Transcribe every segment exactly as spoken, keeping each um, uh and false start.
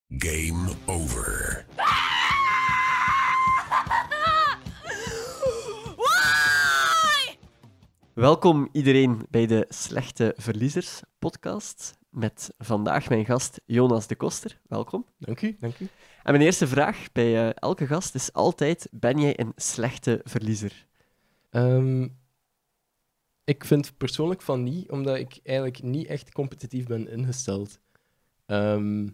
Game over. Welkom iedereen bij de Slechte Verliezers podcast. Met vandaag mijn gast Jonas de Koster. Welkom. Dank u, dank u. En mijn eerste vraag bij uh, elke gast is altijd: ben jij een slechte verliezer? Um, ik vind persoonlijk van niet, omdat ik eigenlijk niet echt competitief ben ingesteld. Um,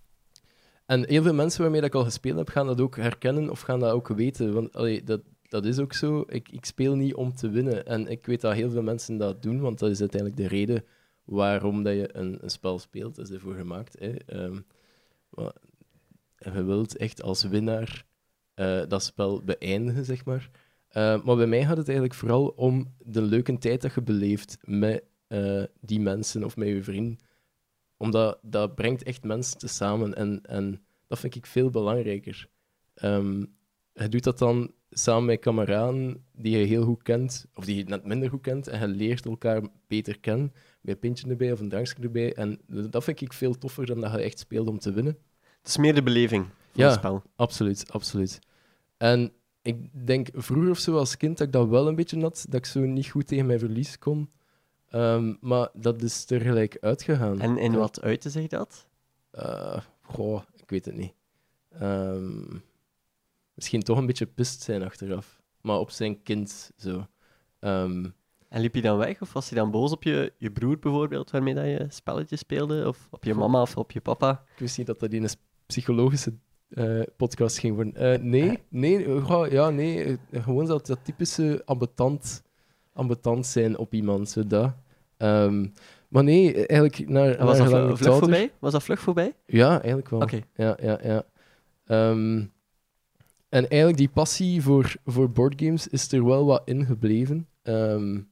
en heel veel mensen waarmee dat ik al gespeeld heb, gaan dat ook herkennen of gaan dat ook weten. Want allee, dat, dat is ook zo. Ik, ik speel niet om te winnen. En ik weet dat heel veel mensen dat doen, want dat is uiteindelijk de reden waarom dat je een, een spel speelt. Dat is ervoor gemaakt. Hè. Um, maar je wilt echt als winnaar uh, dat spel beëindigen, zeg maar. Uh, maar bij mij gaat het eigenlijk vooral om de leuke tijd dat je beleeft met uh, die mensen of met je vriend. Omdat dat brengt echt mensen te samen en, en dat vind ik veel belangrijker. Um, je doet dat dan samen met kameraden die je heel goed kent, of die je net minder goed kent, en je leert elkaar beter kennen, met een pintje erbij of een drankje erbij. En dat vind ik veel toffer dan dat je echt speelt om te winnen. Het is meer de beleving van ja, het spel. Absoluut, absoluut. En ik denk vroeger of zo als kind dat ik dat wel een beetje had, dat ik zo niet goed tegen mijn verlies kon. Um, maar dat is er gelijk uitgegaan. En in wat uitte zich dat? Uh, goh, ik weet het niet. Um, misschien toch een beetje pist zijn achteraf. Maar op zijn kind zo. Um, en liep je dan weg? Of was je dan boos op je, je broer bijvoorbeeld, waarmee dat je spelletjes speelde? Of op je mama of op je papa? Ik wist niet dat dat in een psychologische uh, podcast ging worden. Uh, nee, nee, uh, ja, nee. Uh, gewoon dat, dat typische ambetant, ambetant zijn op iemand. Zo dat. Um, maar nee, eigenlijk naar, en was naar dat vlug, vlug voorbij? Was dat vlug voorbij? Ja, eigenlijk wel. Oké. Okay. Ja, ja, ja. Um, en eigenlijk die passie voor, voor boardgames is er wel wat in gebleven. Um,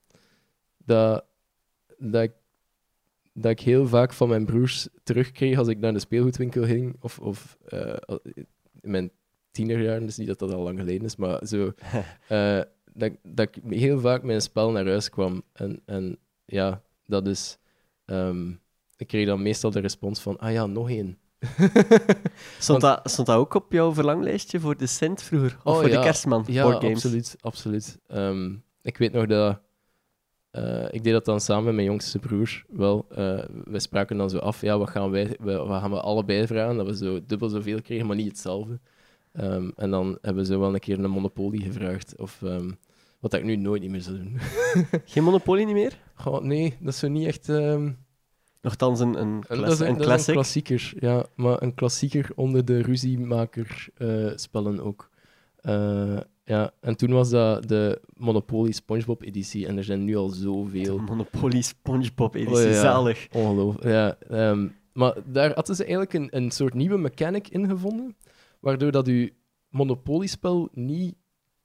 dat, dat, ik, dat ik heel vaak van mijn broers terugkreeg als ik naar de speelgoedwinkel ging. Of, of uh, in mijn tienerjaren, dus niet dat dat al lang geleden is, maar zo... Uh, dat, dat ik heel vaak met een spel naar huis kwam. En, en ja, dat is... Um, ik kreeg dan meestal de respons van, ah ja, nog één. stond, dat, stond dat ook op jouw verlanglijstje voor de Sint vroeger? Of oh, voor ja, de Kerstman? Ja, boardgames? absoluut. absoluut. Um, ik weet nog dat... Uh, ik deed dat dan samen met mijn jongste broer. Wel, uh, wij spraken dan zo af, ja, wat gaan, wij, wat gaan we allebei vragen? Dat we zo dubbel zoveel kregen, maar niet hetzelfde. Um, en dan hebben we zo wel een keer een Monopoly gevraagd. Of... Um, Wat ik nu nooit niet meer zou doen. Geen Monopoly niet meer? Goh, nee, dat is zo niet echt... Um... Nochtans een, een, klas- dat is een, een dat classic. Is een klassieker, ja. Maar een klassieker onder de ruziemaker-spellen uh, ook. Uh, ja, en toen was dat de Monopoly SpongeBob-editie. En er zijn nu al zoveel... De Monopoly SpongeBob-editie, oh, ja. zalig. Ongelooflijk, ja. Um, maar daar hadden ze eigenlijk een, een soort nieuwe mechanic in gevonden, waardoor dat uw Monopoly-spel niet...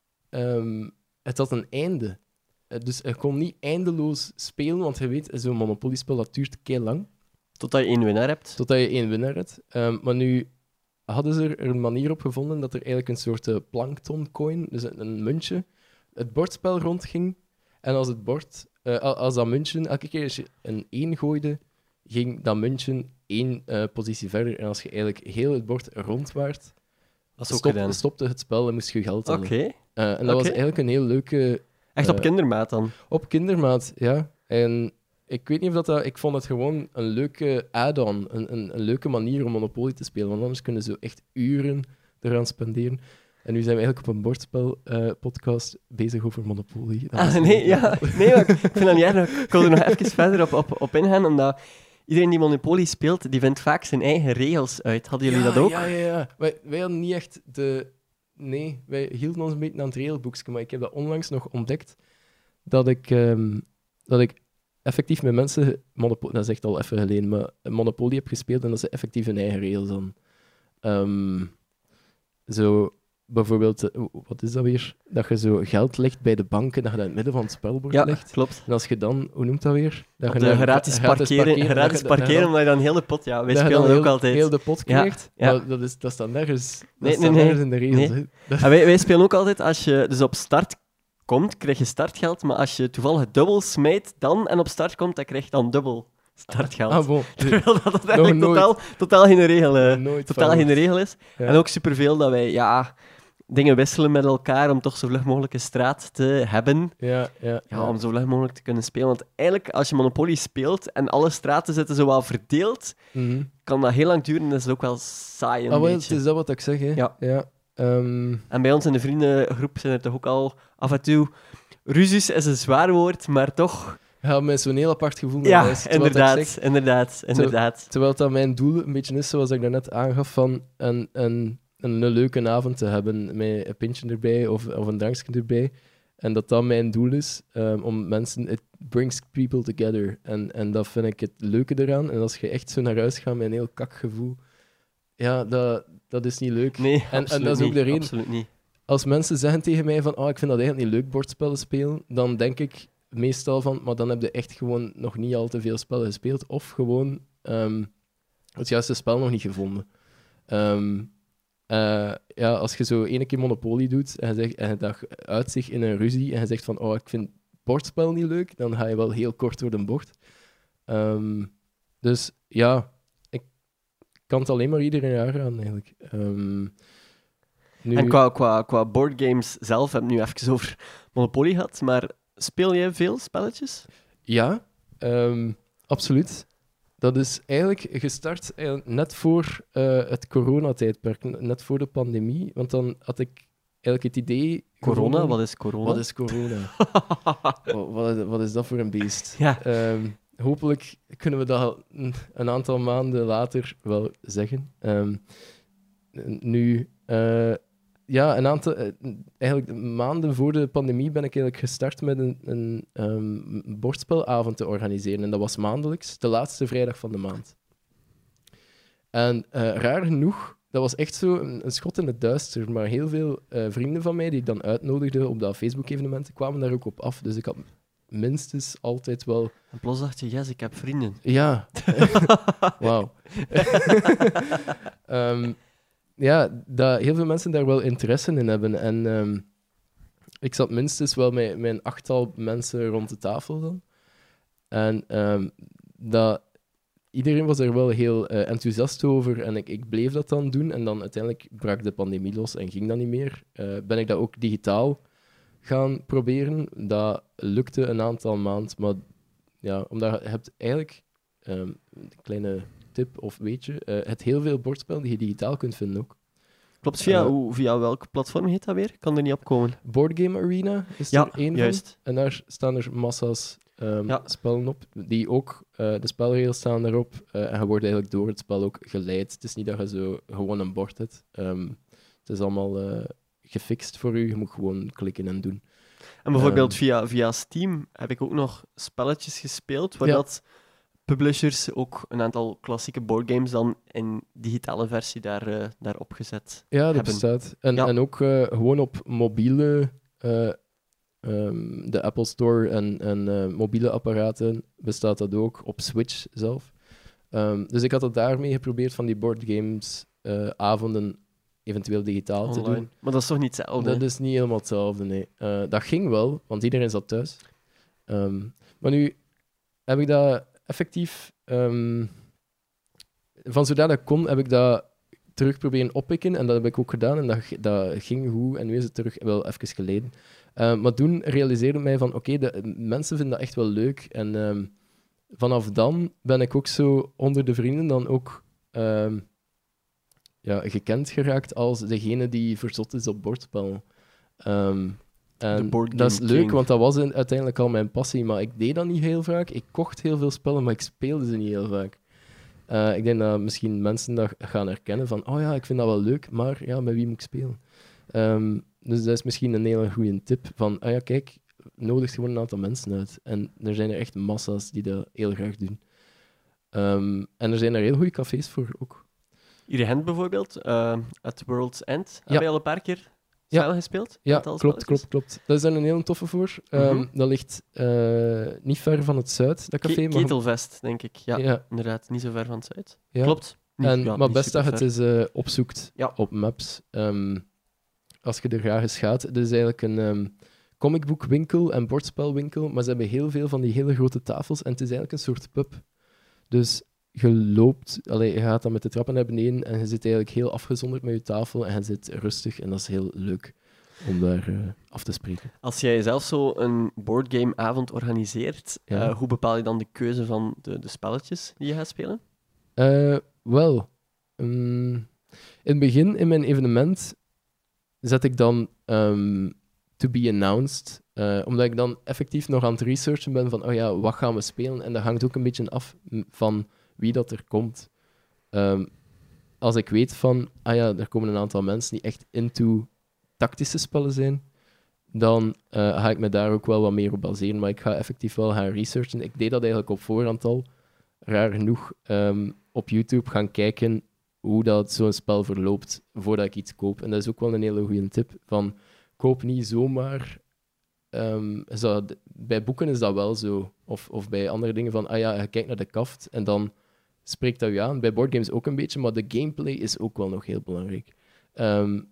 Um, Het had een einde. Dus je kon niet eindeloos spelen, want je weet, zo'n Monopoly-spel dat duurt kei lang. Totdat je één winnaar hebt. Totdat je één winnaar hebt. Um, maar nu hadden ze er een manier op gevonden dat er eigenlijk een soort uh, plankton-coin, dus een, een muntje, het bordspel rondging. En als het bord, uh, als dat muntje, elke keer als je een één gooide, ging dat muntje één uh, positie verder. En als je eigenlijk heel het bord rond waart, stop, stopte het spel en moest je geld hebben. Oké. Okay. Uh, en dat okay. was eigenlijk een heel leuke... Echt op uh, kindermaat dan? Op kindermaat, ja. En ik weet niet of dat... dat ik vond het gewoon een leuke add-on. Een, een, een leuke manier om Monopoly te spelen. Want anders kunnen ze echt uren eraan spenderen. En nu zijn we eigenlijk op een bordspel-podcast uh, bezig over Monopoly. Ah, nee, ja. nee maar ik vind dat niet erg. Ik wil er nog even verder op, op, op ingaan, omdat... Iedereen die Monopoly speelt, die vindt vaak zijn eigen regels uit. Hadden jullie ja, dat ook? Ja, ja, ja. Wij, wij hadden niet echt de... Nee, wij hielden ons een beetje aan het regelboekje, maar ik heb dat onlangs nog ontdekt, dat ik, um, dat ik effectief met mensen... Monopoly, dat is echt al even geleden, maar Monopoly heb gespeeld en dat ze effectief hun eigen regels dan. Um, zo... Bijvoorbeeld, wat is dat weer? Dat je zo geld legt bij de banken, dat je dat in het midden van het spelbord ja, legt. Klopt. En als je dan, hoe noemt dat weer? Dat je gratis, gratis parkeren, parkeren, gratis parkeren omdat je dan heel de pot... Ja, wij spelen dat ook heel, altijd. heel de pot krijgt. Ja, ja. Maar dat, is, dat staat nergens, dat nee, staat nee, nergens nee. in de regels. Nee. En wij, wij spelen ook altijd, als je dus op start komt, krijg je startgeld, maar als je toevallig dubbel smijt dan en op start komt, dan krijg je dan dubbel startgeld. Ah, bon. Terwijl dat, dat eigenlijk nooit. totaal, totaal geen regel, eh, Nooit totaal van geen regel is. Ja. En ook superveel dat wij ja, dingen wisselen met elkaar om toch zo vlug mogelijk een straat te hebben. Ja, ja, Ja, om zo vlug mogelijk te kunnen spelen. Want eigenlijk, als je Monopoly speelt en alle straten zitten zo wel verdeeld, Mhm. kan dat heel lang duren en is het ook wel saai een Ah, wel, het beetje. is dat wat ik zeg, hè. Ja. ja. Ehm, En bij ons in de vriendengroep zijn er toch ook al af en toe... Ruzies is een zwaar woord, maar toch... ja, met zo'n heel apart gevoel. naar Ja, huis. Terwijl dat ik inderdaad, zeg- inderdaad, inderdaad. Terwijl dat mijn doel een beetje is, zoals ik daarnet aangaf, van een, een, een, een leuke avond te hebben met een pintje erbij of, of een drankje erbij. En dat dat mijn doel is, um, om mensen... It brings people together. En, en dat vind ik het leuke eraan. En als je echt zo naar huis gaat met een heel kak gevoel, ja, dat, dat is niet leuk. Nee, en absoluut dat is ook niet, de reden- absoluut niet. Als mensen zeggen tegen mij van, oh, ik vind dat eigenlijk niet leuk, bordspellen spelen, dan denk ik meestal van, maar dan heb je echt gewoon nog niet al te veel spellen gespeeld, of gewoon um, het juiste spel nog niet gevonden. Um, uh, ja, als je zo ene keer Monopoly doet en je, zegt, en je dat uit zich in een ruzie en je zegt van, oh, ik vind bordspel niet leuk, dan ga je wel heel kort door de bocht. Um, dus ja, ik kan het alleen maar iedereen aanraden eigenlijk. Um, nu... En qua, qua, qua boardgames zelf, hebben we nu even over Monopoly gehad, maar speel jij veel spelletjes? Ja, um, absoluut. Dat is eigenlijk gestart eigenlijk net voor uh, het coronatijdperk, net voor de pandemie. Want dan had ik eigenlijk het idee... Corona? gevonden- Wat is corona? Wat is corona? wat, wat, is, wat is dat voor een beest? Ja. Um, hopelijk kunnen we dat een, een aantal maanden later wel zeggen. Um, nu... Uh, Ja, een aantal, eh, eigenlijk maanden voor de pandemie ben ik eigenlijk gestart met een, een um, bordspelavond te organiseren. En dat was maandelijks, de laatste vrijdag van de maand. En uh, raar genoeg, dat was echt zo een, een schot in het duister. Maar heel veel uh, vrienden van mij die ik dan uitnodigde op dat Facebook-evenement, kwamen daar ook op af. Dus ik had minstens altijd wel... En plots dacht je, yes, ik heb vrienden. Ja. Wauw. um, Ja, dat heel veel mensen daar wel interesse in hebben. En um, ik zat minstens wel met, met een achttal mensen rond de tafel dan. En um, dat, iedereen was er wel heel uh, enthousiast over. En ik, ik bleef dat dan doen. En dan uiteindelijk brak de pandemie los en ging dat niet meer. Uh, ben ik dat ook digitaal gaan proberen. Dat lukte een aantal maanden. Maar ja, omdat je hebt eigenlijk... Um, een kleine tip of weetje. Uh, het heel veel bordspellen die je digitaal kunt vinden ook. Klopt, via, Uh, hoe, via welk platform heet dat weer? Ik kan er niet op komen. Board Game Arena is Ja, er één juist. van. En daar staan er massa's um, Ja. spellen op. Die ook, uh, de spelregels staan daarop. Uh, en je wordt eigenlijk door het spel ook geleid. Het is niet dat je zo gewoon een bord hebt. Um, het is allemaal uh, gefixt voor u. Je moet gewoon klikken en doen. En bijvoorbeeld Um, via, via Steam heb ik ook nog spelletjes gespeeld, waar Ja. dat publishers ook een aantal klassieke boardgames dan in digitale versie daar, uh, daar opgezet Ja, dat hebben. bestaat. En, Ja. en ook uh, gewoon op mobiele... Uh, um, de Apple Store en, en uh, mobiele apparaten bestaat dat ook. Op Switch zelf. Um, dus ik had het daarmee geprobeerd van die boardgames uh, avonden eventueel digitaal te Online. doen. Maar dat is toch niet hetzelfde? Dat hè? is niet helemaal hetzelfde, nee. Uh, dat ging wel, want iedereen zat thuis. Um, maar nu heb ik dat effectief... Um, van zodra dat kon, heb ik dat terug proberen oppikken. En dat heb ik ook gedaan. En dat, dat ging goed. En nu is het terug wel even geleden. Uh, maar toen realiseerde ik mij van... Oké, okay, mensen vinden dat echt wel leuk. En um, vanaf dan ben ik ook zo onder de vrienden dan ook... Um, ja, gekend geraakt als degene die verzot is op bordspel. Um, en dat is leuk, king. want dat was in, uiteindelijk al mijn passie, maar ik deed dat niet heel vaak. Ik kocht heel veel spellen, maar ik speelde ze niet heel vaak. Uh, ik denk dat misschien mensen dat gaan herkennen van oh ja, ik vind dat wel leuk, maar ja, met wie moet ik spelen? Um, dus dat is misschien een hele goede tip van ah ja, kijk, nodig gewoon een aantal mensen uit. En er zijn er echt massa's die dat heel graag doen. Um, en er zijn er heel goede cafés voor ook. Irigent bijvoorbeeld, uh, at World's End, Ja. heb je al een paar keer Ja. spel gespeeld? Ja, Aantal klopt, spelletjes? klopt, klopt. Dat is daar een hele toffe voor. Um, Mhm. Dat ligt uh, niet ver van het Zuid, dat café. Ke- maar- Ketelvest, denk ik. Ja, ja, inderdaad. Niet zo ver van het Zuid. ja. Klopt. Niet- En, ja, maar niet best dat je het superver. eens uh, opzoekt Ja. op Maps. Um, als je er graag eens gaat. Het is eigenlijk een um, comicboekwinkel en bordspelwinkel, maar ze hebben heel veel van die hele grote tafels en het is eigenlijk een soort pub. Dus je loopt, allee, je gaat dan met de trappen naar beneden en je zit eigenlijk heel afgezonderd met je tafel en je zit rustig en dat is heel leuk om daar uh, af te spreken. Als jij zelf zo een boardgameavond organiseert, Ja. uh, hoe bepaal je dan de keuze van de, de spelletjes die je gaat spelen? Uh, wel, um, in het begin in mijn evenement zet ik dan um, to be announced, uh, omdat ik dan effectief nog aan het researchen ben van, oh ja, wat gaan we spelen? En dat hangt ook een beetje af van wie dat er komt. Um, als ik weet van, ah ja, er komen een aantal mensen die echt into tactische spellen zijn, dan uh, ga ik me daar ook wel wat meer op baseren. Maar ik ga effectief wel gaan researchen. Ik deed dat eigenlijk op voorhand al, raar genoeg, um, op YouTube gaan kijken hoe dat zo'n spel verloopt voordat ik iets koop. En dat is ook wel een hele goede tip, van koop niet zomaar... Um, zo, bij boeken is dat wel zo. Of, of bij andere dingen van, ah ja, je kijkt naar de kaft en dan spreekt dat je aan. Bij boardgames ook een beetje, maar de gameplay is ook wel nog heel belangrijk. Um,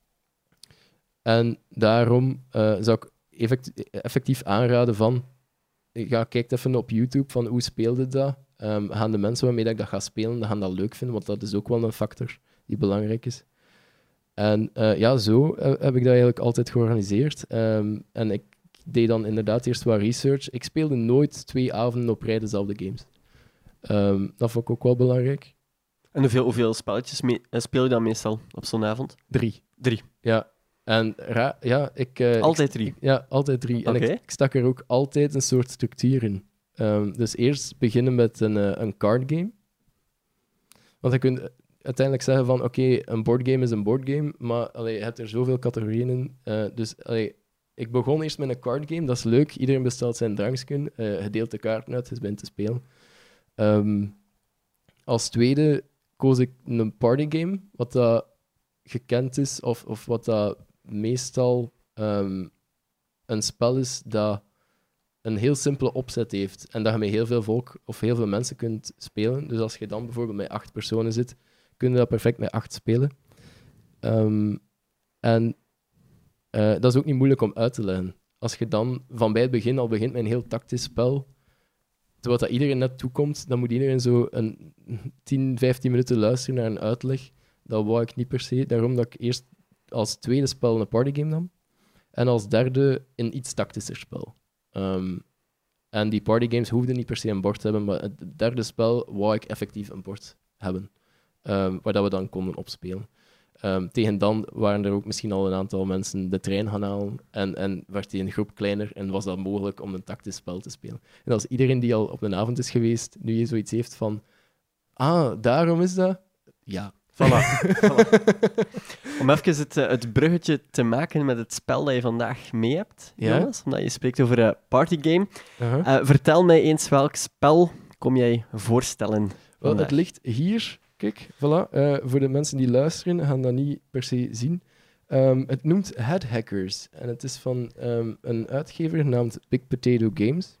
en daarom uh, zou ik effect, effectief aanraden van, ja, kijk even op YouTube van hoe speelde dat. Um, gaan de mensen waarmee dat ik dat ga spelen, dat gaan dat leuk vinden, want dat is ook wel een factor die belangrijk is. En uh, ja, zo uh, heb ik dat eigenlijk altijd georganiseerd. Um, en ik deed dan inderdaad eerst wat research. Ik speelde nooit twee avonden op rij dezelfde games. Um, dat vond ik ook wel belangrijk. En hoeveel, hoeveel spelletjes mee, uh, speel je dan meestal op zo'n avond? Drie. Drie? Ja. En ra- ja, ik... Uh, altijd ik, drie? Ik, ja, altijd drie. En okay. ik, ik stak er ook altijd een soort structuur in. Um, dus eerst beginnen met een, uh, een card game. Want je kunt uiteindelijk zeggen van, oké, okay, een boardgame is een boardgame, maar allee, je hebt er zoveel categorieën in. Uh, dus allee, ik begon eerst met een card game, dat is leuk. Iedereen bestelt zijn drankje, uh, je deelt de kaarten uit, je bent te spelen. Um, als tweede koos ik een partygame, wat dat gekend is, of, of wat dat meestal um, een spel is dat een heel simpele opzet heeft en dat je met heel veel volk of heel veel mensen kunt spelen. Dus als je dan bijvoorbeeld met acht personen zit, kun je dat perfect met acht spelen. Um, en uh, dat is ook niet moeilijk om uit te leggen. Als je dan van bij het begin al begint met een heel tactisch spel, terwijl dat iedereen net toekomt, dan moet iedereen zo een tien, vijftien minuten luisteren naar een uitleg. Dat wou ik niet per se. Daarom dat ik eerst als tweede spel een partygame nam en als derde een iets tactischer spel. Um, en die partygames hoefden niet per se een bord te hebben, maar het derde spel wou ik effectief een bord hebben, um, waar dat we dan konden opspelen. Um, tegen dan waren er ook misschien al een aantal mensen de trein gaan halen en, en werd die een groep kleiner en was dat mogelijk om een tactisch spel te spelen. En als iedereen die al op een avond is geweest, nu je zoiets heeft van, ah, daarom is dat? Ja. Voilà. voilà. Om even het, uh, het bruggetje te maken met het spel dat je vandaag mee hebt, ja? Jonas, omdat je spreekt over een uh, partygame. Uh-huh. Uh, vertel mij eens, welk spel kom jij voorstellen? Wel, het ligt hier. Kijk, voilà. Uh, voor de mensen die luisteren, gaan dat niet per se zien. Um, het noemt Head Hackers. En het is van um, een uitgever genaamd Big Potato Games.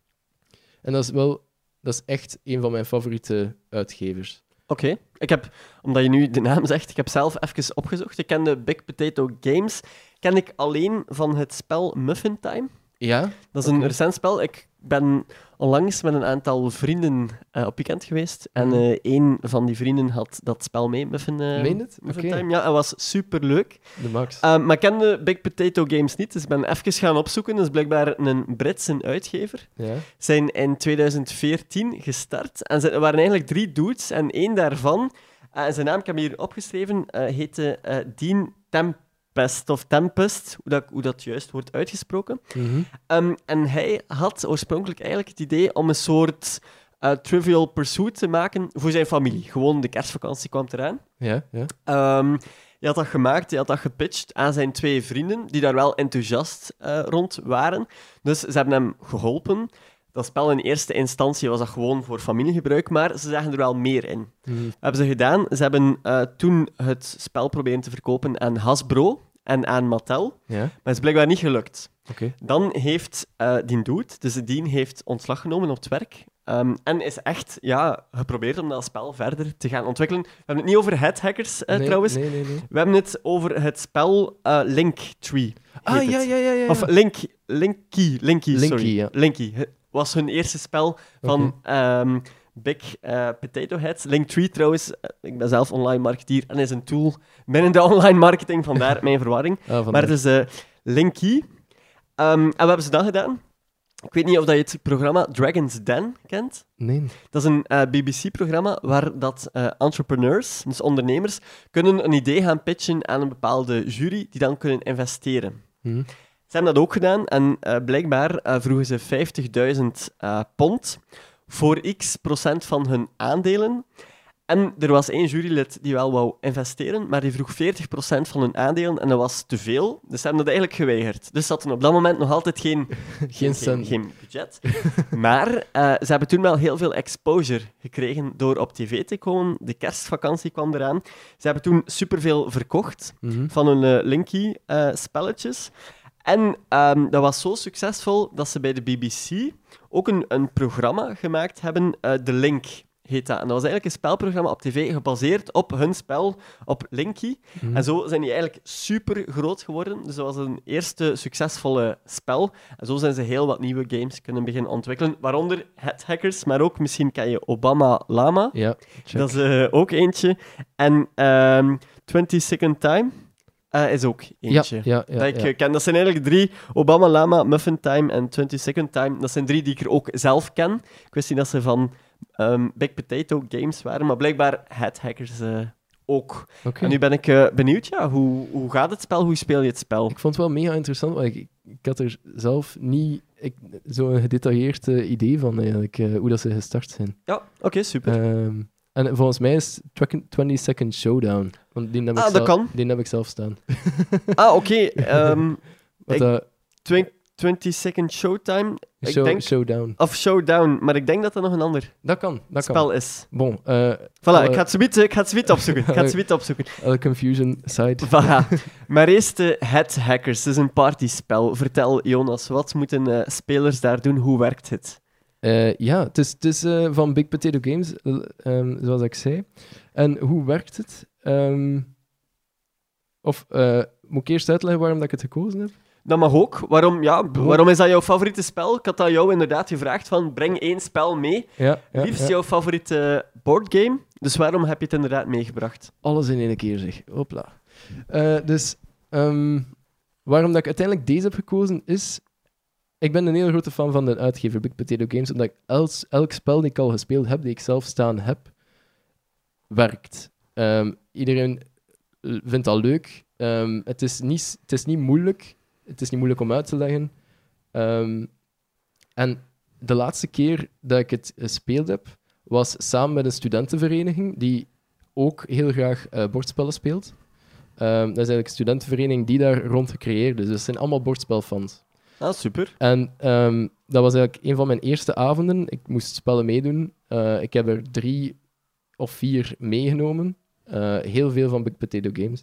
En dat is wel... Dat is echt een van mijn favoriete uitgevers. Oké. Okay. Ik heb, omdat je nu de naam zegt, ik heb zelf even opgezocht. Ik kende Big Potato Games. Ken ik alleen van het spel Muffin Time. Ja? Dat is een okay. recent spel. Ik ben onlangs met een aantal vrienden uh, op weekend geweest. En uh, een van die vrienden had dat spel mee, Muffin, uh, Muffin okay. Time. Ja, en was superleuk. De max. Uh, maar ik kende Big Potato Games niet, dus ik ben even gaan opzoeken. Dat is blijkbaar een Britse uitgever. Ja. Zijn in twintig veertien gestart. En ze waren eigenlijk drie dudes. En één daarvan, uh, zijn naam, ik heb hier opgeschreven, uh, heette uh, Dean Tempest. Tempest of Tempest, hoe dat, hoe dat juist wordt uitgesproken. Mm-hmm. Um, en hij had oorspronkelijk eigenlijk het idee om een soort uh, Trivial Pursuit te maken voor zijn familie. Gewoon de kerstvakantie kwam eraan. Ja, ja. Um, hij had dat gemaakt, hij had dat gepitcht aan zijn twee vrienden, die daar wel enthousiast uh, rond waren. Dus ze hebben hem geholpen. Dat spel in eerste instantie was dat gewoon voor familiegebruik, maar ze zagen er wel meer in. Mm-hmm. Dat hebben ze gedaan. Ze hebben uh, toen het spel proberen te verkopen aan Hasbro en aan Mattel, ja. maar het is blijkbaar niet gelukt. Okay. Dan heeft uh, die dude, dus Dean, heeft ontslag genomen op het werk um, en is echt ja, geprobeerd om dat spel verder te gaan ontwikkelen. We hebben het niet over Head Hackers uh, nee, trouwens. Nee, nee, nee. We hebben het over het spel uh, Linktree. Ah, ja, ja, ja, ja. Of Link, Linky, Linky, Linky, sorry. ja. Linky was hun eerste spel van... Okay. Um, Big uh, Potato Heads. Linktree trouwens, uh, ik ben zelf online marketeer en is een tool binnen de online marketing, vandaar mijn verwarring. Ah, maar het is uh, Linky. Um, en wat hebben ze dan gedaan? Ik weet niet of je het programma Dragon's Den kent. Nee. Dat is een uh, B B C-programma waar dat uh, entrepreneurs, dus ondernemers, kunnen een idee gaan pitchen aan een bepaalde jury die dan kunnen investeren. Hm. Ze hebben dat ook gedaan en uh, blijkbaar uh, vroegen ze vijftigduizend uh, pond voor x procent van hun aandelen. En er was één jurylid die wel wou investeren, maar die vroeg veertig procent van hun aandelen en dat was te veel. Dus ze hebben dat eigenlijk geweigerd. Dus ze hadden op dat moment nog altijd geen, geen, geen, geen budget. Maar uh, ze hebben toen wel heel veel exposure gekregen door op tv te komen. De kerstvakantie kwam eraan. Ze hebben toen superveel verkocht mm-hmm. van hun uh, Linky-spelletjes. Uh, En um, dat was zo succesvol dat ze bij de B B C ook een, een programma gemaakt hebben, uh, The Link heet dat. En dat was eigenlijk een spelprogramma op tv gebaseerd op hun spel, op Linky. Mm. En zo zijn die eigenlijk super groot geworden. Dus dat was een eerste succesvolle spel. En zo zijn ze heel wat nieuwe games kunnen beginnen ontwikkelen, waaronder Het Hackers, maar ook misschien ken je Obama Llama. Ja, check. Dat is uh, ook eentje. En um, twenty Second Time. Uh, is ook eentje. Ja, ja, ja, dat ik ja. ken. Dat zijn eigenlijk drie. Obama Llama, Muffin Time en twenty Second Time. Dat zijn drie die ik er ook zelf ken. Ik wist niet dat ze van um, Big Potato Games waren, maar blijkbaar Het Hackers uh, ook. Okay. En nu ben ik uh, benieuwd, ja, hoe, hoe gaat het spel? Hoe speel je het spel? Ik vond het wel mega interessant, want ik, ik had er zelf niet zo'n gedetailleerd uh, idee van, eigenlijk, uh, hoe dat ze gestart zijn. Ja, oké, okay, super. Um, En volgens mij is twenty Second Showdown. Want die heb, ah, ik, dat zelf, kan. die heb ik zelf staan. Ah, oké. Okay. Um, dat... twenty Second Showtime. Show, ik denk... Showdown. Of Showdown, maar ik denk dat dat nog een ander dat kan, dat spel kan. is. Bon, uh, voilà, alle... ik ga het zoiets, ik ga het zoiets opzoeken. Ik ga het zoiets opzoeken. Alle confusion side. Voilà. Maar eerst uh, Het Hackers. Het is een partyspel. Vertel, Jonas, wat moeten uh, spelers daar doen? Hoe werkt het? Uh, ja, het is, het is uh, van Big Potato Games, uh, um, zoals ik zei. En hoe werkt het? Um, of uh, moet ik eerst uitleggen waarom dat ik het gekozen heb? Dat mag ook. Waarom, ja, waarom is dat jouw favoriete spel? Ik had aan jou inderdaad gevraagd van, breng één spel mee. Ja, ja, Liefst ja. jouw favoriete boardgame. Dus waarom heb je het inderdaad meegebracht? Alles in één keer, zeg. Hopla. Uh, dus, um, waarom dat ik uiteindelijk deze heb gekozen, is... Ik ben een hele grote fan van de uitgever Big Potato Games, omdat ik elk, elk spel die ik al gespeeld heb, die ik zelf staan heb, werkt. Um, iedereen vindt dat leuk. Um, het, is niet, het is niet moeilijk. Het is niet moeilijk om uit te leggen. Um, en de laatste keer dat ik het gespeeld heb, was samen met een studentenvereniging die ook heel graag uh, bordspellen speelt. Um, dat is eigenlijk een studentenvereniging die daar rond gecreëerd is. Dus het zijn allemaal bordspelfans. Ah, super. En um, dat was eigenlijk een van mijn eerste avonden. Ik moest spellen meedoen. Uh, ik heb er drie of vier meegenomen. Uh, heel veel van Big Potato Games.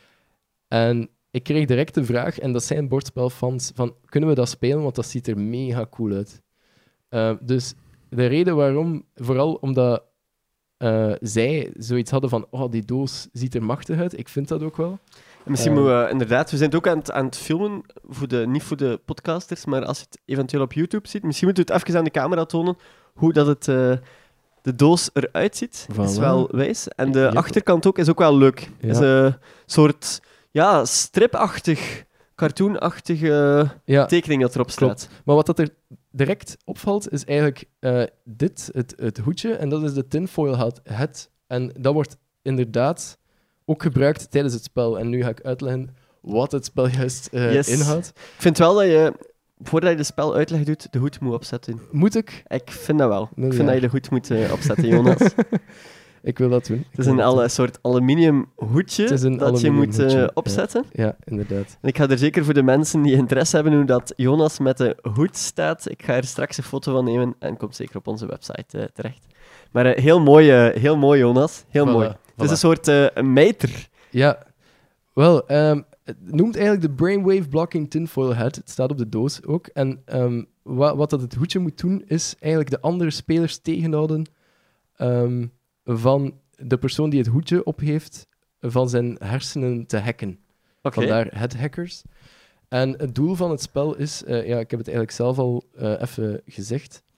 En ik kreeg direct de vraag, en dat zijn bordspelfans, van kunnen we dat spelen? Want dat ziet er mega cool uit. Uh, dus de reden waarom, vooral omdat uh, zij zoiets hadden van oh, die doos ziet er machtig uit. Ik vind dat ook wel. En misschien uh, moeten we inderdaad, we zijn het ook aan het, aan het filmen, voor de, niet voor de podcasters, maar als je het eventueel op YouTube ziet, misschien moeten we het even aan de camera tonen, hoe dat het, uh, de doos eruit ziet. Voilà. Is wel wijs. En de Ja. achterkant ook is ook wel leuk. Ja. Is een soort ja, stripachtig, cartoonachtige Ja, tekening dat erop staat. klopt. Maar wat dat er direct opvalt, is eigenlijk uh, dit, het, het hoedje, en dat is de tinfoil hat. hat. En dat wordt inderdaad ook gebruikt tijdens het spel. En nu ga ik uitleggen wat het spel juist uh, Yes. inhoudt. Ik vind wel dat je, voordat je de spel uitleg doet, de hoed moet opzetten. Moet ik? Ik vind dat wel. Nou, ik vind ja. dat je de hoed moet uh, opzetten, Jonas. Ik wil dat doen. Ik Het is wil een, dat alle, doen. een soort aluminium hoedje Het is een dat je aluminium moet uh, hoedje, opzetten. Ja, inderdaad. En ik ga er zeker voor de mensen die interesse hebben hoe dat Jonas met de hoed staat, ik ga er straks een foto van nemen en komt zeker op onze website uh, terecht. Maar uh, heel, mooi, uh, heel mooi, Jonas. Heel Voilà, mooi. voilà. Het is een soort uh, een mijter. Ja, wel, um, het noemt eigenlijk de Brainwave Blocking Tinfoil Hat. Het staat op de doos ook. En um, wat, wat dat het hoedje moet doen, is eigenlijk de andere spelers tegenhouden um, van de persoon die het hoedje op heeft, van zijn hersenen te hacken. Oké. Vandaar het hackers. En het doel van het spel is, uh, ja, ik heb het eigenlijk zelf al uh, even gezegd,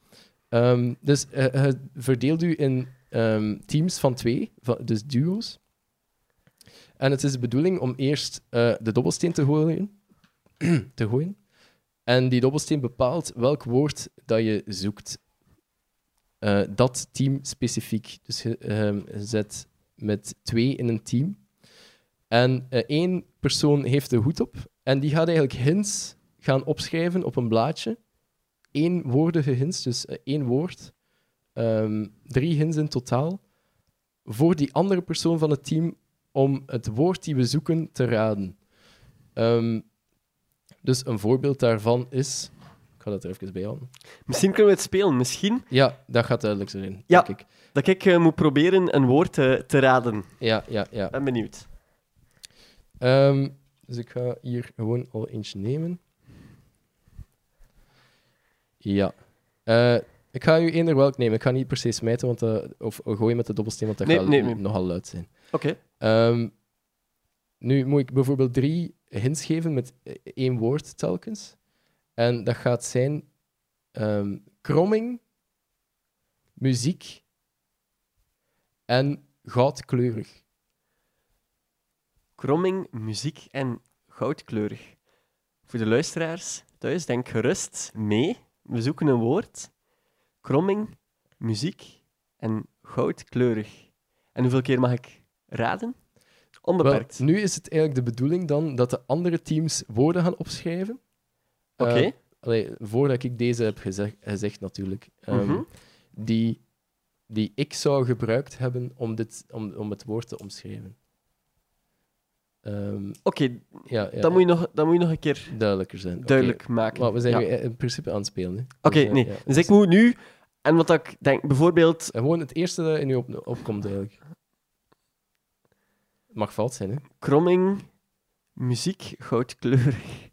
Um, dus uh, je verdeelt u in um, teams van twee, van, dus duo's. En het is de bedoeling om eerst uh, de dobbelsteen te gooien, te gooien. En die dobbelsteen bepaalt welk woord dat je zoekt. Uh, dat team specifiek. Dus je um, zet met twee in een team. En uh, één persoon heeft de hoed op. En die gaat eigenlijk hints gaan opschrijven op een blaadje. Eenwoordige hints, dus uh, één woord. Um, drie hints in totaal. Voor die andere persoon van het team om het woord die we zoeken te raden. Um, dus een voorbeeld daarvan is... Ik ga dat er even bij houden. Misschien kunnen we het spelen. Misschien Ja, dat gaat duidelijk zijn, Ja. denk ik. dat ik uh, moet proberen een woord te, te raden. Ja, ja, ja. Ben benieuwd. Um, dus ik ga hier gewoon al eentje nemen. Ja. Uh, ik ga u eender welk nemen. Ik ga niet per se smijten want, uh, of gooien met de dobbelsteen, want dat Nee, gaat nee, nee. nogal luid zijn. Oké. Um, nu moet ik bijvoorbeeld drie hints geven met één woord telkens. En dat gaat zijn um, kromming, muziek en goudkleurig. Kromming, muziek en goudkleurig. Voor de luisteraars thuis, denk gerust mee. We zoeken een woord. Kromming, muziek en goudkleurig. En hoeveel keer mag ik raden? Onbeperkt. Wel, nu is het eigenlijk de bedoeling dan dat de andere teams woorden gaan opschrijven. Oké. Uh, allee, voordat ik deze heb gezegd, gezegd natuurlijk. Um, Mhm. die, die ik zou gebruikt hebben om, dit, om, om het woord te omschrijven. Um, Oké, ja, ja, dat, moet je nog- dat moet je nog een keer duidelijker zijn. duidelijk Oké. maken. Maar we zijn Ja. nu in principe aan het spelen. hè. Oké, Dus, uh, nee. ja, Dus ik moet nu... En wat ik denk, bijvoorbeeld... En gewoon het eerste dat in u op, opkomt, eigenlijk. Het mag fout zijn, hè? Kromming, muziek, goudkleurig.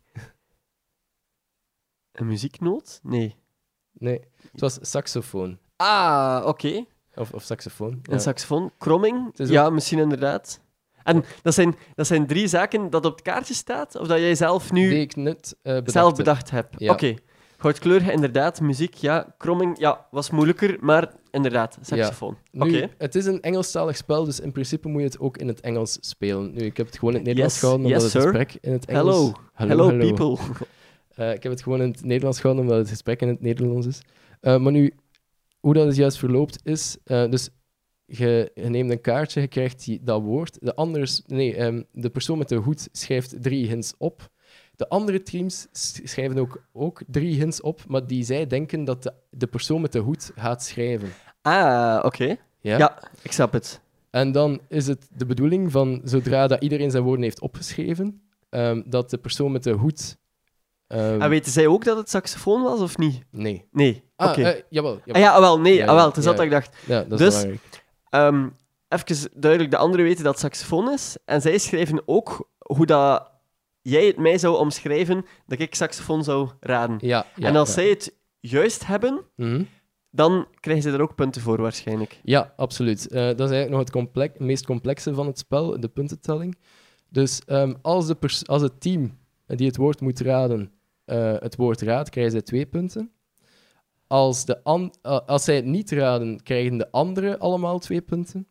Een muzieknoot? Nee. Nee, het was saxofoon. Ah, oké. Of, of saxofoon. Een ja. saxofoon. Kromming? Het is Ja, misschien inderdaad. En dat zijn, dat zijn drie zaken dat op het kaartje staat? Of dat jij zelf nu Die ik net uh, bedacht zelf heb. bedacht hebt? Ja. Oké. Goudkleurig, inderdaad. Muziek, ja. Kromming, ja. Was moeilijker, maar inderdaad. Saxofoon. Nu, Oké. Het is een Engelstalig spel, dus in principe moet je het ook in het Engels spelen. Nu, ik heb het gewoon in het Nederlands Yes, gehouden, omdat yes, het sir. gesprek in het Engels... Hello. Hello, people. Uh, ik heb het gewoon in het Nederlands gehouden, omdat het gesprek in het Nederlands is. Uh, maar nu, hoe dat het juist verloopt, is... Uh, dus je, je neemt een kaartje, je krijgt die, dat woord. De, anders, nee, um, de persoon met de hoed schrijft drie hints op. De andere teams schrijven ook, ook drie hints op, maar die zij denken dat de, de persoon met de hoed gaat schrijven. Ah, oké. Ja? Ja, ik snap het. En dan is het de bedoeling van, zodra dat iedereen zijn woorden heeft opgeschreven, um, dat de persoon met de hoed... Um, En weten zij ook dat het saxofoon was, of niet? Nee. Nee. Ah, Oké. uh, jawel. jawel. Ah ja, ah, wel, nee. Ja, ah, wel, het is ja. dat dat ik dacht. Ja, dat is Dus- belangrijk. Um, even duidelijk, de anderen weten dat het saxofoon is. En zij schrijven ook hoe dat jij het mij zou omschrijven dat ik saxofoon zou raden. Ja, ja, en als ja. zij het juist hebben, Mhm. dan krijgen ze er ook punten voor waarschijnlijk. Ja, absoluut. Uh, dat is eigenlijk nog het, complex, het meest complexe van het spel, de puntentelling. Dus um, als, de pers- als het team die het woord moet raden, uh, het woord raadt, krijgen zij twee punten. Als, de an- uh, als zij het niet raden, krijgen de anderen allemaal twee punten.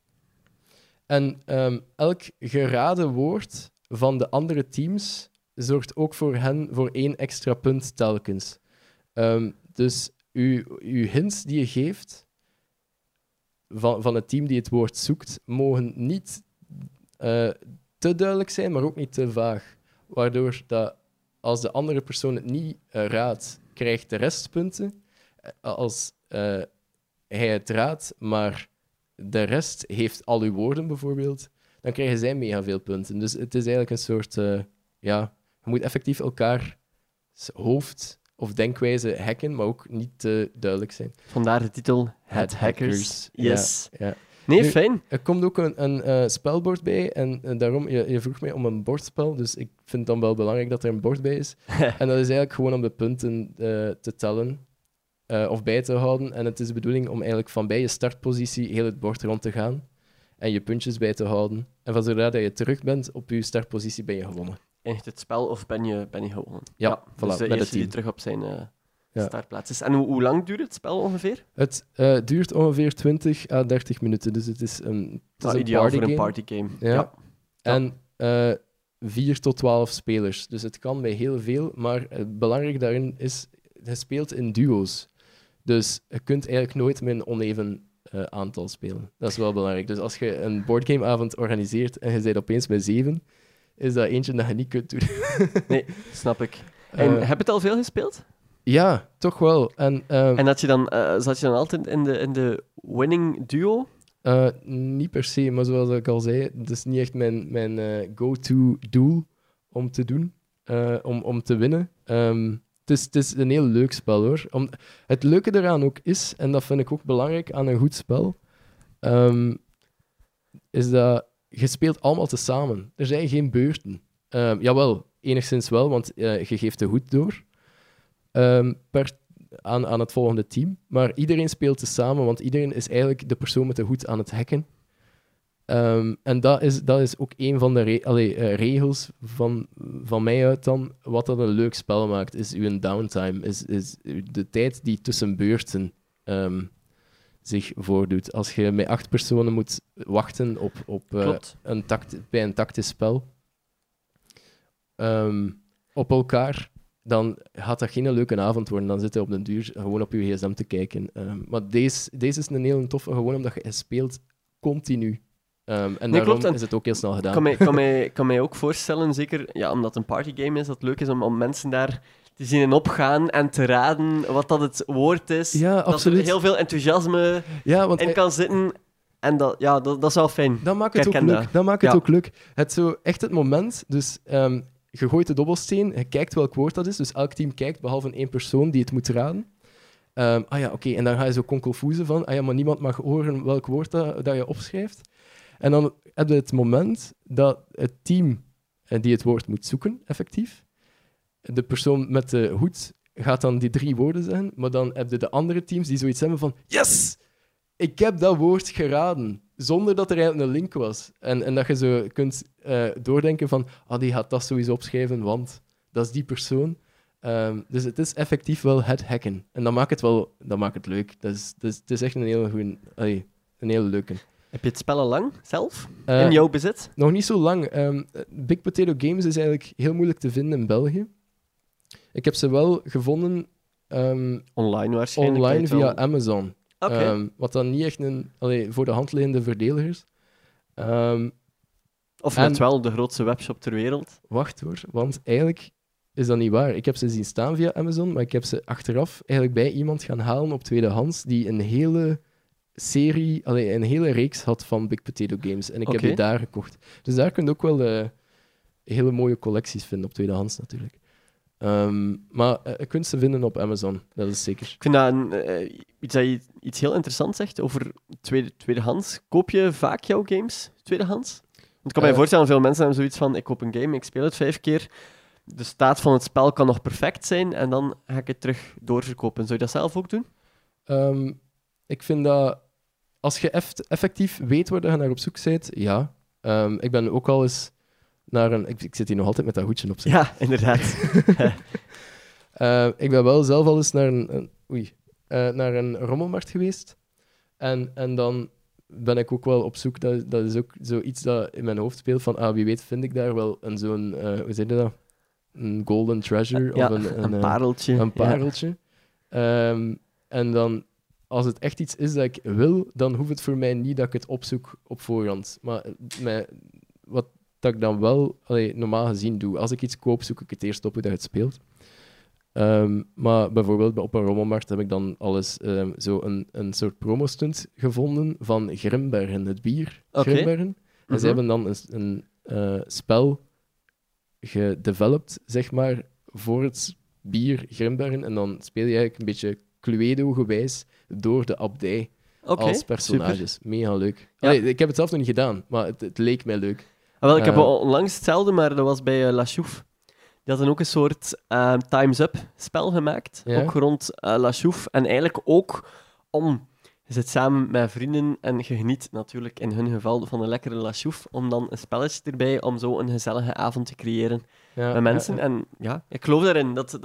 En um, elk geraden woord van de andere teams zorgt ook voor hen voor één extra punt telkens. Um, dus uw, uw hints die je geeft van, van het team die het woord zoekt, mogen niet uh, te duidelijk zijn, maar ook niet te vaag. Waardoor dat als de andere persoon het niet uh, raadt, krijgt de rest punten. Als uh, hij het raadt, maar de rest heeft al uw woorden bijvoorbeeld, dan krijgen zij mega veel punten. Dus het is eigenlijk een soort... Uh, ja, je moet effectief elkaar hoofd of denkwijze hacken, maar ook niet te duidelijk zijn. Vandaar de titel Het Hackers. Yes. Ja, ja. Nee, Nu- fijn. Er komt ook een, een uh, spelbord bij en uh, daarom, je, je vroeg mij om een bordspel, dus ik vind het dan wel belangrijk dat er een bord bij is. En dat is eigenlijk gewoon om de punten uh, te tellen uh, of bij te houden. En het is de bedoeling om eigenlijk van bij je startpositie heel het bord rond te gaan en je puntjes bij te houden. En van zodra dat je terug bent op je startpositie, ben je gewonnen. Eindigt het spel of ben je, ben je gewonnen? Ja, voilà, dus de met het eerste die team. terug op zijn, uh, Ja. Ja. startplaats is. En hoe, hoe lang duurt het spel ongeveer? Het uh, duurt ongeveer twintig à dertig minuten, dus het is een, het is Ah, een ideaal voor partygame. een partygame. Ja. Ja. En uh, vier tot twaalf spelers. Dus het kan bij heel veel, maar het belangrijk daarin is, je speelt in duo's. Dus je kunt eigenlijk nooit met een oneven uh, aantal spelen. Dat is wel belangrijk. Dus als je een boardgameavond organiseert en je bent opeens met zeven, is dat eentje dat je niet kunt doen. Nee, snap ik. En Uh, heb je het al veel gespeeld? Ja, toch wel. En, uh, En dat je dan, uh, zat je dan altijd in de, in de winning duo? uh, niet per se, maar zoals ik al zei, het is niet echt mijn, mijn uh, go-to doel om te doen, uh, om, om te winnen. Um, het, is, het is een heel leuk spel, hoor. Om, het leuke eraan ook is, en dat vind ik ook belangrijk aan een goed spel, um, is dat je speelt allemaal tezamen. Er zijn geen beurten. Um, jawel, enigszins wel, want uh, je geeft de hoed door. Um, per, aan, aan het volgende team. Maar iedereen speelt tezamen, want iedereen is eigenlijk de persoon met de hoed aan het hacken. Um, en dat is, dat is ook een van de re- allee, uh, regels van, van mij uit dan. Wat dat een leuk spel maakt, is uw downtime. Is, is de tijd die tussen beurten um, zich voordoet. Als je met acht personen moet wachten op, op, uh, een tact, bij een tactisch spel, um, op elkaar, dan gaat dat geen leuke avond worden. Dan zit je op den duur gewoon op je gsm te kijken. Um, maar deze, deze is een heel toffe, gewoon omdat je speelt continu. Um, en nee, daarom klopt. En is het ook heel snel gedaan. Ik kan mij, kan mij, kan mij ook voorstellen, zeker ja, omdat het een partygame is, dat het leuk is om, om mensen daar te zien in opgaan en te raden wat dat het woord is. Ja, dat absoluut. er heel veel enthousiasme ja, want in kan zitten. En dat, ja, dat, dat is wel fijn. Dat maakt het ook herken leuk. dat. Dat maakt het Ja. ook leuk. Het zo echt het moment, dus um, je gooit de dobbelsteen, je kijkt welk woord dat is, dus elk team kijkt, behalve één persoon die het moet raden. Um, ah ja, oké, okay. En dan ga je zo konkelfoezen van, ah ja, maar niemand mag horen welk woord dat, dat je opschrijft. En dan heb je het moment dat het team die het woord moet zoeken, effectief, de persoon met de hoed gaat dan die drie woorden zeggen, maar dan heb je de andere teams die zoiets hebben van, yes! Ik heb dat woord geraden, zonder dat er eigenlijk een link was. En, en dat je zo kunt uh, doordenken van, ah, die gaat dat sowieso opschrijven, want dat is die persoon. Um, dus het is effectief wel het hacken. En dat maakt het wel dat maakt het leuk. Dat is, dat is, het is echt een hele goeie, allee, een hele leuke. Heb je het spel al lang zelf Uh, in jouw bezit? Nog niet zo lang. Um, Big Potato Games is eigenlijk heel moeilijk te vinden in België. Ik heb ze wel gevonden um, Online waarschijnlijk. online weet je via wel. Amazon. Oké. Um, wat dan niet echt een allee, voor de hand liggende verdediger is. Um, Of en- net wel de grootste webshop ter wereld. wacht hoor, want eigenlijk is dat niet waar. Ik heb ze zien staan via Amazon, maar ik heb ze achteraf eigenlijk bij iemand gaan halen op tweedehands die een hele serie, allee, een hele reeks had van Big Potato Games. En ik heb Oké. die daar gekocht. Dus daar kun je ook wel uh, hele mooie collecties vinden op tweedehands natuurlijk. Um, maar uh, je kunt ze vinden op Amazon, dat is zeker. Ik vind dat een, eh, iets dat je iets heel interessants zegt over tweede, tweedehands. Koop je vaak jouw games tweedehands? Want ik kan mij Eh. voorstellen, veel mensen hebben zoiets van, ik koop een game, ik speel het vijf keer. De staat van het spel kan nog perfect zijn en dan ga ik het terug doorverkopen. Zou je dat zelf ook doen? Um, ik vind dat als je eft- effectief weet waar je naar op zoek bent, ja. Um, ik ben ook al eens naar een... Ik, ik zit hier nog altijd met dat hoedje op. zeg. Ja, inderdaad. Uh, ik ben wel zelf al eens naar een, een, oei, uh, naar een rommelmarkt geweest. En, en dan ben ik ook wel op zoek. Dat, dat is ook zoiets dat in mijn hoofd speelt. Van, ah, wie weet vind ik daar wel een zo'n... Uh, hoe zeg je dat? Een golden treasure. Ja, of een, een, een uh, pareltje. Een Ja. pareltje. Um, en dan, als het echt iets is dat ik wil, dan hoeft het voor mij niet dat ik het opzoek op voorhand. Maar mij, wat dat ik dan wel allee, normaal gezien doe, als ik iets koop, zoek ik het eerst op hoe dat het speelt. Um, maar bijvoorbeeld op een rommelmarkt heb ik dan alles um, zo een, een soort promostunt gevonden van Grimbergen, het bier Oké. Grimbergen. En Mhm. ze hebben dan een, een uh, spel gedeveloped, zeg maar, voor het bier Grimbergen. En dan speel je eigenlijk een beetje Cluedo-gewijs door de abdij Oké, als super. personages. Mega leuk. Ja. Allee, ik heb het zelf nog niet gedaan, maar het, het leek mij leuk. Ah, wel, ik heb Eh. onlangs hetzelfde, maar dat was bij eh, La Chouffe. Die hadden ook een soort eh, Time's Up spel gemaakt, Ja. ook rond eh, La Chouffe. En eigenlijk ook om... Je zit samen met vrienden en je geniet natuurlijk in hun geval van een lekkere La Chouffe, om dan een spelletje erbij om zo een gezellige avond te creëren Ja, met mensen. ja, En ja, ik geloof daarin dat dat,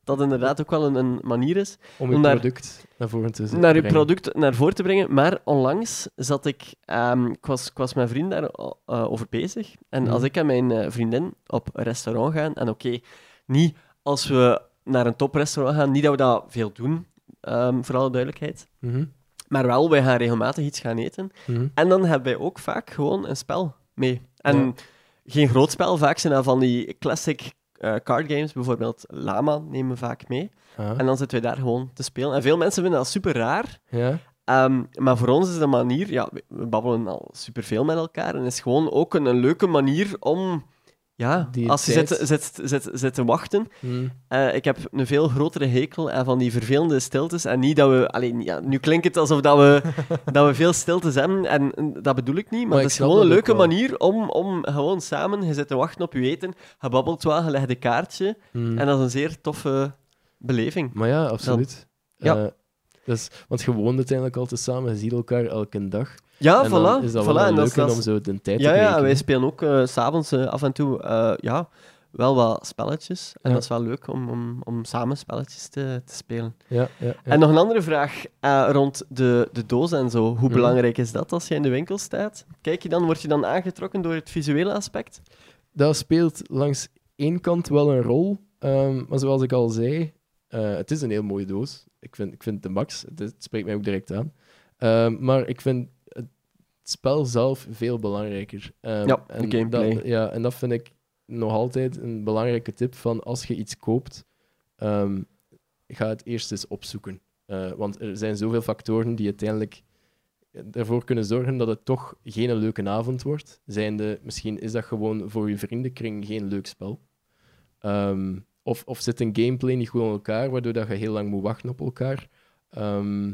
dat inderdaad ook wel een, een manier is Om je om daar- product naar voren te zetten. naar je product naar voren te brengen. Maar onlangs zat ik... ehm, ik, was, ik was met vrienden daarover over bezig. En Mhm. als ik en mijn eh, vriendin op een restaurant gaan... En oké, niet als we naar een toprestaurant gaan, niet dat we dat veel doen, ehm, voor alle duidelijkheid. Mhm, Maar wel, wij gaan regelmatig iets gaan eten. mhm. En dan hebben wij ook vaak gewoon een spel mee. En Ja. geen groot spel, vaak zijn dat van die classic eh, card games, bijvoorbeeld Lama nemen we vaak mee. Ah, En dan zitten wij daar gewoon te spelen. En veel mensen vinden dat super raar. ja. Ehm, maar voor ons is de manier, ja, we- we babbelen al superveel met elkaar. En het is gewoon ook een, een leuke manier om, ja, Die als je tijd- zit, zit, zit, zit te wachten. Mhm. Eh, ik heb een veel grotere hekel aan van die vervelende stiltes. En niet dat we, alleen, ja, nu klinkt het alsof dat we, dat we veel stiltes hebben. En eh, dat bedoel ik niet. Maar, Maar ik het is snap gewoon een dat ook leuke wel. manier om, om gewoon samen, je zit te wachten op je eten, je babbelt wel, je legt een kaartje. Mhm. En dat is een zeer toffe beleving. Maar ja, absoluut. Ja. Eh, dus, want je woont uiteindelijk altijd samen, je ziet elkaar elke dag. Ja, en dan voilà. is dat voilà. wel En een dat is- leuke dat is- om zo de tijd Ja, te ja, breken. wij spelen ook eh, s s'avonds eh, af en toe ja, ja, wel wat spelletjes. En Ja. dat is wel leuk om, om, om samen spelletjes te, te spelen. Ja, ja, ja. En nog een andere vraag eh, rond de, de doos en zo. Hoe Mhm. belangrijk is dat als je in de winkel staat? Kijk je dan, word je dan aangetrokken door het visuele aspect? Dat speelt langs één kant wel een rol. ehm, maar zoals ik al zei, eh, het is een heel mooie doos. Ik vind, ik vind het de max. Het, is- het spreekt mij ook direct aan. Ehm, maar ik vind het spel zelf veel belangrijker. Ehm, Ja, de en gameplay. Dat, ja, en dat vind ik nog altijd een belangrijke tip van als je iets koopt, ehm, ga het eerst eens opzoeken. Eh, want er zijn zoveel factoren die uiteindelijk ervoor kunnen zorgen dat het toch geen leuke avond wordt. Zijnde, misschien is dat gewoon voor je vriendenkring geen leuk spel. Ehm, of, of zit een gameplay niet goed in elkaar, waardoor dat je heel lang moet wachten op elkaar. Ehm,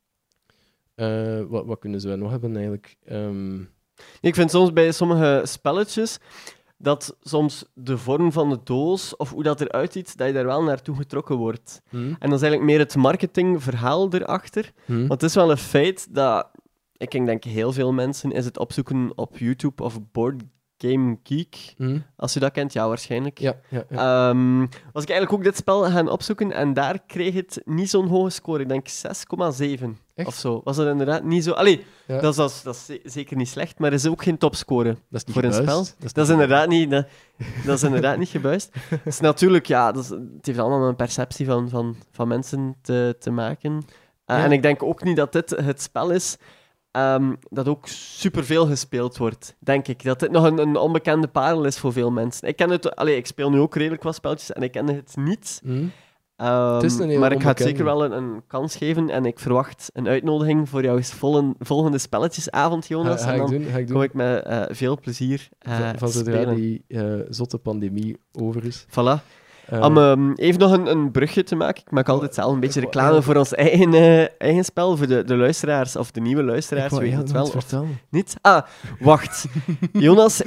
eh, wat, wat kunnen ze nog hebben eigenlijk? Ehm, Ik vind soms bij sommige spelletjes dat soms de vorm van de doos of hoe dat eruit ziet, dat je daar wel naartoe getrokken wordt. hm? En dat is eigenlijk meer het marketingverhaal erachter. Hm? Want het is wel een feit dat, ik denk heel veel mensen, is het opzoeken op YouTube of Board Game Geek. Hm? Als je dat kent, ja, waarschijnlijk. Ja, ja, ja. Ehm, was ik eigenlijk ook dit spel gaan opzoeken en daar kreeg het niet zo'n hoge score. Ik denk zes komma zeven Echt? of zo. Was dat inderdaad niet zo... Allee, Ja. dat, is, dat, is, dat is ze- zeker niet slecht, maar er is ook geen topscore Dat is niet voor een gebuist. spel. Dat is, Dat is niet inderdaad niet, dat, dat is inderdaad niet gebuist. Het is natuurlijk, ja, dat is, het heeft allemaal met een perceptie van, van, van mensen te, te maken. Uh, Ja. En ik denk ook niet dat dit het spel is ehm, dat ook superveel gespeeld wordt, denk ik. Dat dit nog een, een onbekende parel is voor veel mensen. Ik ken het, allee, ik speel nu ook redelijk wat spelletjes en ik kende het niet. Hm? Ehm, Het is een heel maar ik ga het onbekende. zeker wel een, een kans geven en ik verwacht een uitnodiging voor jouw volgende, volgende spelletjesavond, Jonas. Ga, ga en ik dan doen, ga ik doen. kom ik met eh, veel plezier eh van, van zodra spelen. die eh, zotte pandemie over is. Voilà. Eh, Om ehm, even nog een, een brugje te maken. Ik maak altijd zelf een beetje ik wou reclame voor ons eigen, eh, eigen spel, voor de, de luisteraars, of de nieuwe luisteraars, ik wou weet heel het wel. wat Of vertellen. niet? Ah, wacht. Jonas,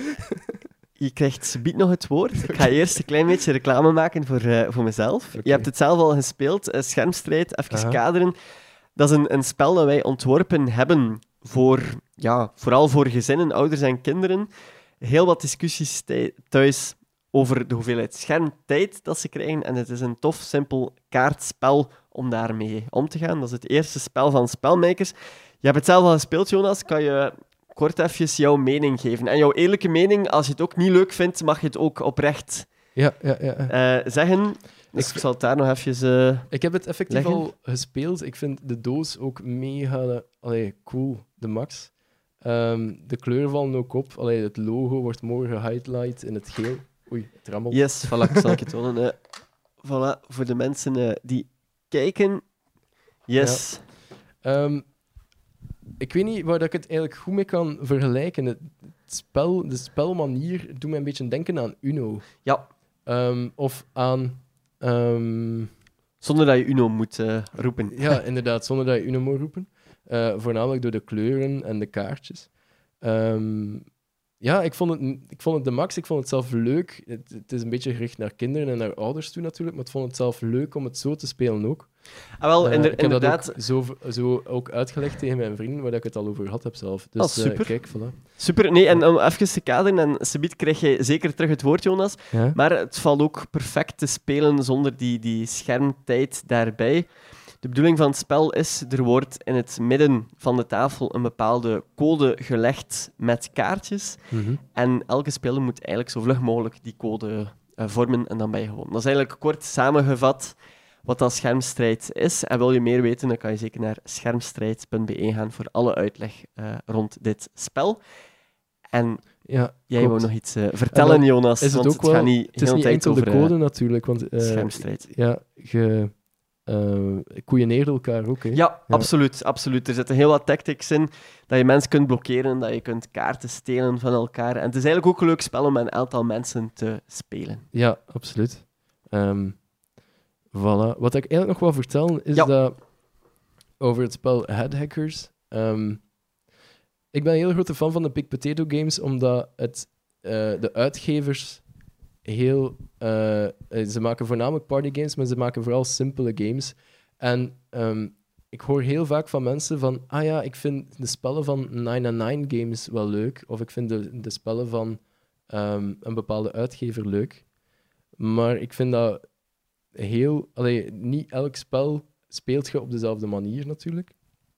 je krijgt subiet nog het woord. Ik ga eerst een klein beetje reclame maken voor, eh, voor mezelf. Oké. Je hebt het zelf al gespeeld, eh, Schermstrijd, even Aha. kaderen. Dat is een, een spel dat wij ontworpen hebben voor, ja, vooral voor gezinnen, ouders en kinderen. Heel wat discussies thij- thuis over de hoeveelheid schermtijd dat ze krijgen. En het is een tof, simpel kaartspel om daarmee om te gaan. Dat is het eerste spel van Spelmakers. Je hebt het zelf al gespeeld, Jonas. Kan je kort even jouw mening geven? En jouw eerlijke mening, als je het ook niet leuk vindt, mag je het ook oprecht Ja, ja, ja. eh, zeggen. Dus Ik- ik, zal het daar nog even... eh, Ik heb het effectief Leggen? al gespeeld. Ik vind de doos ook mega allee, cool, de max. Ehm, de kleuren vallen ook op. Allee, het logo wordt mooi gehighlight in het geel. Oei, het rammelt. Yes, voilà, ik zal ik het tonen. eh. Voilà, voor de mensen eh, die kijken. Yes. Ehm, ik weet niet waar dat ik het eigenlijk goed mee kan vergelijken. Het spel, de spelmanier doet mij een beetje denken aan Uno. Ja, Ehm, of aan... ehm, zonder dat je Uno moet eh, roepen. ja, inderdaad, zonder dat je Uno moet roepen. Eh, voornamelijk door de kleuren en de kaartjes. Ehm, ja, ik vond, het, ik vond het de max. Ik vond het zelf leuk. Het, het is een beetje gericht naar kinderen en naar ouders toe natuurlijk, maar ik vond het zelf leuk om het zo te spelen ook. Ah, wel, Uh, inder- ik heb inderdaad. dat ook zo, zo ook uitgelegd tegen mijn vrienden, waar ik het al over gehad heb zelf. Dus Ah, super. uh, kijk, voilà. Super. Nee, en om even te kaderen, en subiet krijg je zeker terug het woord, Jonas, Ja? maar het valt ook perfect te spelen zonder die, die schermtijd daarbij. De bedoeling van het spel is, er wordt in het midden van de tafel een bepaalde code gelegd met kaartjes. Mhm. En elke speler moet eigenlijk zo vlug mogelijk die code uh, vormen en dan ben je gewonnen. Dat is eigenlijk kort samengevat wat dat schermstrijd is. En wil je meer weten, dan kan je zeker naar schermstrijd punt b e gaan voor alle uitleg uh, rond dit spel. En Ja, jij klopt. wou nog iets uh, vertellen, Jonas, Is het want ook het wel, gaat niet het is heel niet tijd enkel over de uh, code natuurlijk, want uh, schermstrijd. ja, je uh, koeieneert elkaar ook. Hè. Ja, Ja. absoluut, absoluut. Er zitten heel wat tactics in, dat je mensen kunt blokkeren, dat je kunt kaarten stelen van elkaar. En het is eigenlijk ook een leuk spel om met een aantal mensen te spelen. Ja, absoluut. Um, voilà. Wat ik eigenlijk nog wil vertellen, is Ja. dat over het spel Headhackers. Um, ik ben een heel grote fan van de Big Potato Games, omdat het, uh, de uitgevers heel... Uh, ze maken voornamelijk partygames, maar ze maken vooral simpele games. En um, ik hoor heel vaak van mensen van... Ah ja, ik vind de spellen van nine and nine Games wel leuk. Of ik vind de, de spellen van um, een bepaalde uitgever leuk. Maar ik vind dat heel... Allee, niet elk spel speelt je op dezelfde manier, natuurlijk.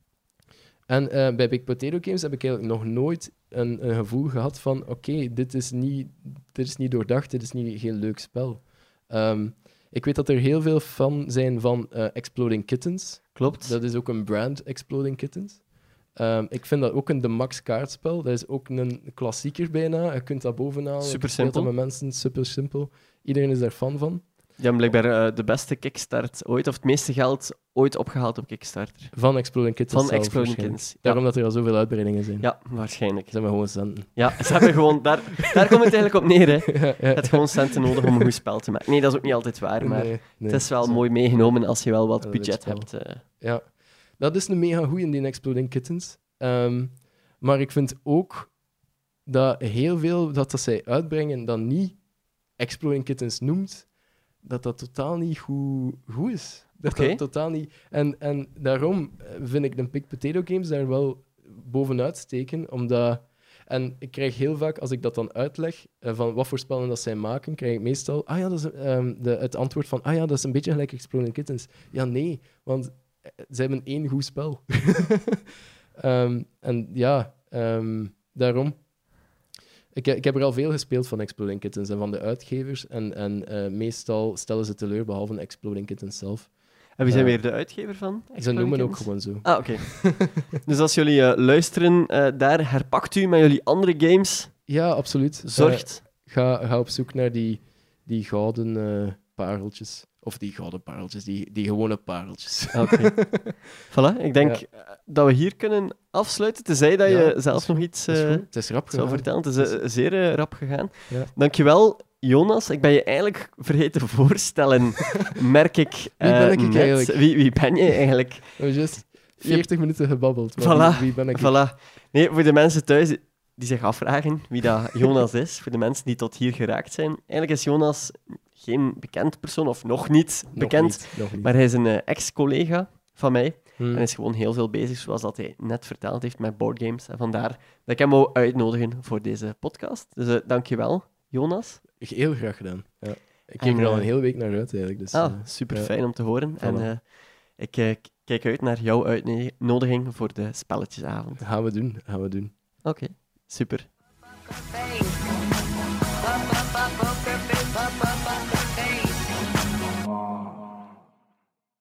En uh, bij Big Potato Games heb ik eigenlijk nog nooit een, een gevoel gehad van oké, okay, dit is niet, dit is niet doordacht, dit is niet, geen leuk spel. Um, ik weet dat er heel veel fan zijn van uh, Exploding Kittens. Klopt. Dat is ook een brand, Exploding Kittens. Um, ik vind dat ook een de max kaartspel. Dat is ook een klassieker bijna. Je kunt dat bovenaan. Super Je speelt dat simpel. met mensen, super simpel. Iedereen is daar fan van. Ja, blijkbaar uh, de beste kickstart ooit, of het meeste geld ooit opgehaald op Kickstarter. Van Exploding Kittens. Van zelf, Exploding waarschijnlijk. Kittens. Ja. Daarom dat er al zoveel uitbreidingen zijn. Ja, waarschijnlijk. Ze hebben gewoon centen. Ja, ze hebben gewoon... Daar, daar komt het eigenlijk op neer, hè. ja, ja. Je hebt gewoon centen nodig om een goed spel te maken. Nee, dat is ook niet altijd waar, maar Nee, nee, het is wel zo. mooi meegenomen als je wel wat Ja, budget dit hebt. uh. Ja, dat is een mega goeie in die Exploding Kittens. Um, maar ik vind ook dat heel veel dat, dat zij uitbrengen dat niet Exploding Kittens noemt, dat dat totaal niet goed, goed is. Dat Oké. dat totaal niet... En, en daarom vind ik de Big Potato Games daar wel bovenuit steken, omdat... En ik krijg heel vaak, als ik dat dan uitleg, uh, van wat voor spellen dat zij maken, krijg ik meestal ah ja, dat is, um, de, het antwoord van ah ja, dat is een beetje gelijk Exploding Kittens. Ja, nee, want zij hebben één goed spel. um, en ja, um, daarom... Ik, ik heb er al veel gespeeld van Exploding Kittens en van de uitgevers. En, en uh, meestal stellen ze teleur, behalve Exploding Kittens zelf. En wie zijn Uh, weer de uitgever van Ze Exploding noemen ook Kittens? gewoon zo. Ah, oké. Dus als jullie uh, luisteren uh, daar, herpakt u met jullie andere games. Ja, absoluut. Zorgt. Uh, ga, ga op zoek naar die, die gouden uh, pareltjes. Of die gouden pareltjes, die, die gewone pareltjes. Oké. Voilà, ik denk Ja. uh, dat we hier kunnen afsluiten. Tenzij dat Ja, je dat zelf is nog goed. iets Dat is uh, goed. Het is rap zou gegaan. vertellen. Het is uh, zeer uh, rap gegaan. Ja. Dankjewel, Jonas. Ik ben je eigenlijk vergeten voorstellen, merk ik. Wie ben uh, ik net. eigenlijk? Wie, wie ben je eigenlijk? We hebben juist veertig minuten gebabbeld. Maar Voilà, wie, wie ben ik? Voilà. Nee, voor de mensen thuis die zich afvragen wie dat Jonas is, voor de mensen die tot hier geraakt zijn. Eigenlijk is Jonas geen bekend persoon, of nog niet Nog bekend, niet, nog niet. maar hij is een uh, ex-collega van mij. Hmm. En is gewoon heel veel bezig, zoals dat hij net verteld heeft, met boardgames. En vandaar dat ik hem wou uitnodigen voor deze podcast. Dus uh, dankjewel, Jonas. Heel graag gedaan. Ja. Ik En, keek er al uh, een hele week naar uit, eigenlijk. Dus, Ah, uh, super ja. fijn om te horen. En Voilà. uh, ik uh, k- kijk uit naar jouw uitnodiging voor de spelletjesavond. gaan we doen, gaan we doen. Oké, super. Bang. Ba, ba, ba, ba.